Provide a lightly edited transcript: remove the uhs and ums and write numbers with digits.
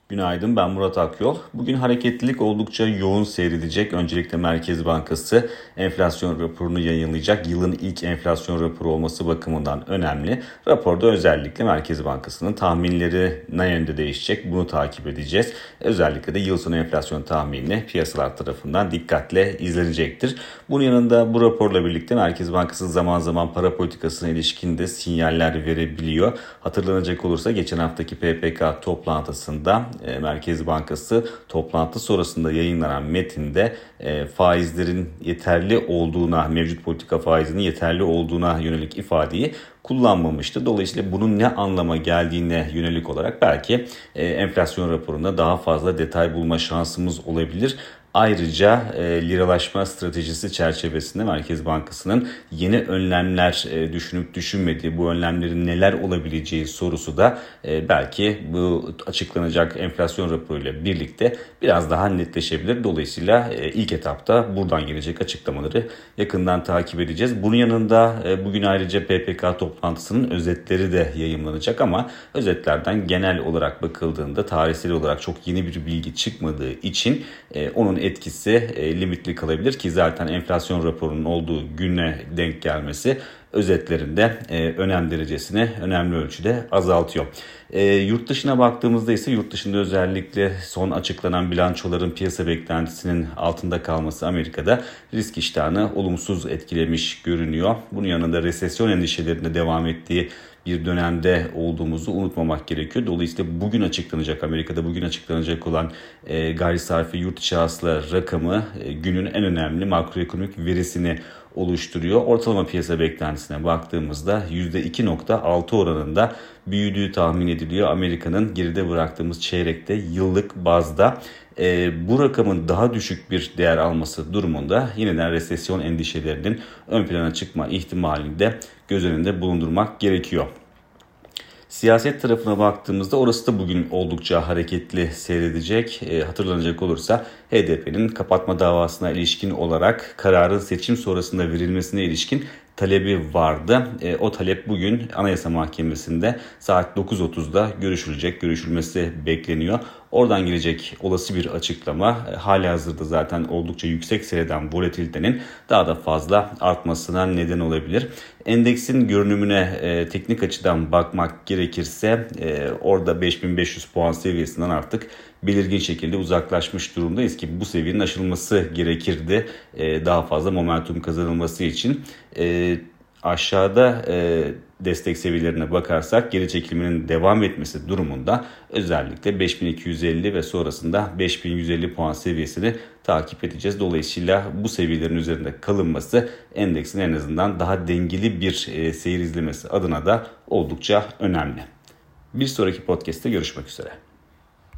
Günaydın, ben Murat Akyol. Bugün hareketlilik oldukça yoğun seyredecek. Öncelikle Merkez Bankası enflasyon raporunu yayınlayacak. Yılın ilk enflasyon raporu olması bakımından önemli. Raporda özellikle Merkez Bankası'nın tahminleri ne yönde değişecek bunu takip edeceğiz. Özellikle de yıl sonu enflasyon tahmini piyasalar tarafından dikkatle izlenecektir. Bunun yanında bu raporla birlikte Merkez Bankası zaman zaman para politikasına ilişkin de sinyaller verebiliyor. Hatırlanacak olursa geçen haftaki PPK toplantısında Merkez Bankası toplantı sonrasında yayınlanan metinde faizlerin yeterli olduğuna, mevcut politika faizinin yeterli olduğuna yönelik ifadeyi kullanmamıştı. Dolayısıyla bunun ne anlama geldiğine yönelik olarak belki enflasyon raporunda daha fazla detay bulma şansımız olabilir. Ayrıca liralaşma stratejisi çerçevesinde Merkez Bankası'nın yeni önlemler düşünüp düşünmediği, bu önlemlerin neler olabileceği sorusu da belki bu açıklanacak enflasyon raporuyla birlikte biraz daha netleşebilir. Dolayısıyla ilk etapta buradan gelecek açıklamaları yakından takip edeceğiz. Bunun yanında bugün ayrıca PPK toplantısının özetleri de yayımlanacak ama özetlerden genel olarak bakıldığında tarihsel olarak çok yeni bir bilgi çıkmadığı için onun etkisi limitli kalabilir ki zaten enflasyon raporunun olduğu güne denk gelmesi özetlerinde önem derecesini önemli ölçüde azaltıyor. Yurt dışına baktığımızda ise yurt dışında özellikle son açıklanan bilançoların piyasa beklentisinin altında kalması Amerika'da risk iştahını olumsuz etkilemiş görünüyor. Bunun yanında resesyon endişelerinde devam ettiği bir dönemde olduğumuzu unutmamak gerekiyor. Dolayısıyla Amerika'da bugün açıklanacak olan gayri safi yurt içi hasıla rakamı günün en önemli makroekonomik verisini oluşturuyor. Ortalama piyasa beklentisine baktığımızda %2.6 oranında büyüdüğü tahmin ediliyor. Amerika'nın geride bıraktığımız çeyrekte yıllık bazda bu rakamın daha düşük bir değer alması durumunda yeniden resesyon endişelerinin ön plana çıkma ihtimalini de göz önünde bulundurmak gerekiyor. Siyaset tarafına baktığımızda orası da bugün oldukça hareketli seyredecek. Hatırlanacak olursa HDP'nin kapatma davasına ilişkin olarak kararın seçim sonrasında verilmesine ilişkin talebi vardı. O talep bugün Anayasa Mahkemesi'nde saat 9.30'da görüşülmesi bekleniyor. Oradan gelecek olası bir açıklama halihazırda zaten oldukça yüksek seyreden volatilitenin daha da fazla artmasına neden olabilir. Endeksin görünümüne teknik açıdan bakmak gerekirse orada 5500 puan seviyesinden artık belirgin şekilde uzaklaşmış durumdayız ki bu seviyenin aşılması gerekirdi daha fazla momentum kazanılması için. Aşağıda destek seviyelerine bakarsak geri çekilmenin devam etmesi durumunda özellikle 5250 ve sonrasında 5150 puan seviyesini takip edeceğiz. Dolayısıyla bu seviyelerin üzerinde kalınması endeksin en azından daha dengeli bir seyir izlemesi adına da oldukça önemli. Bir sonraki podcast'te görüşmek üzere.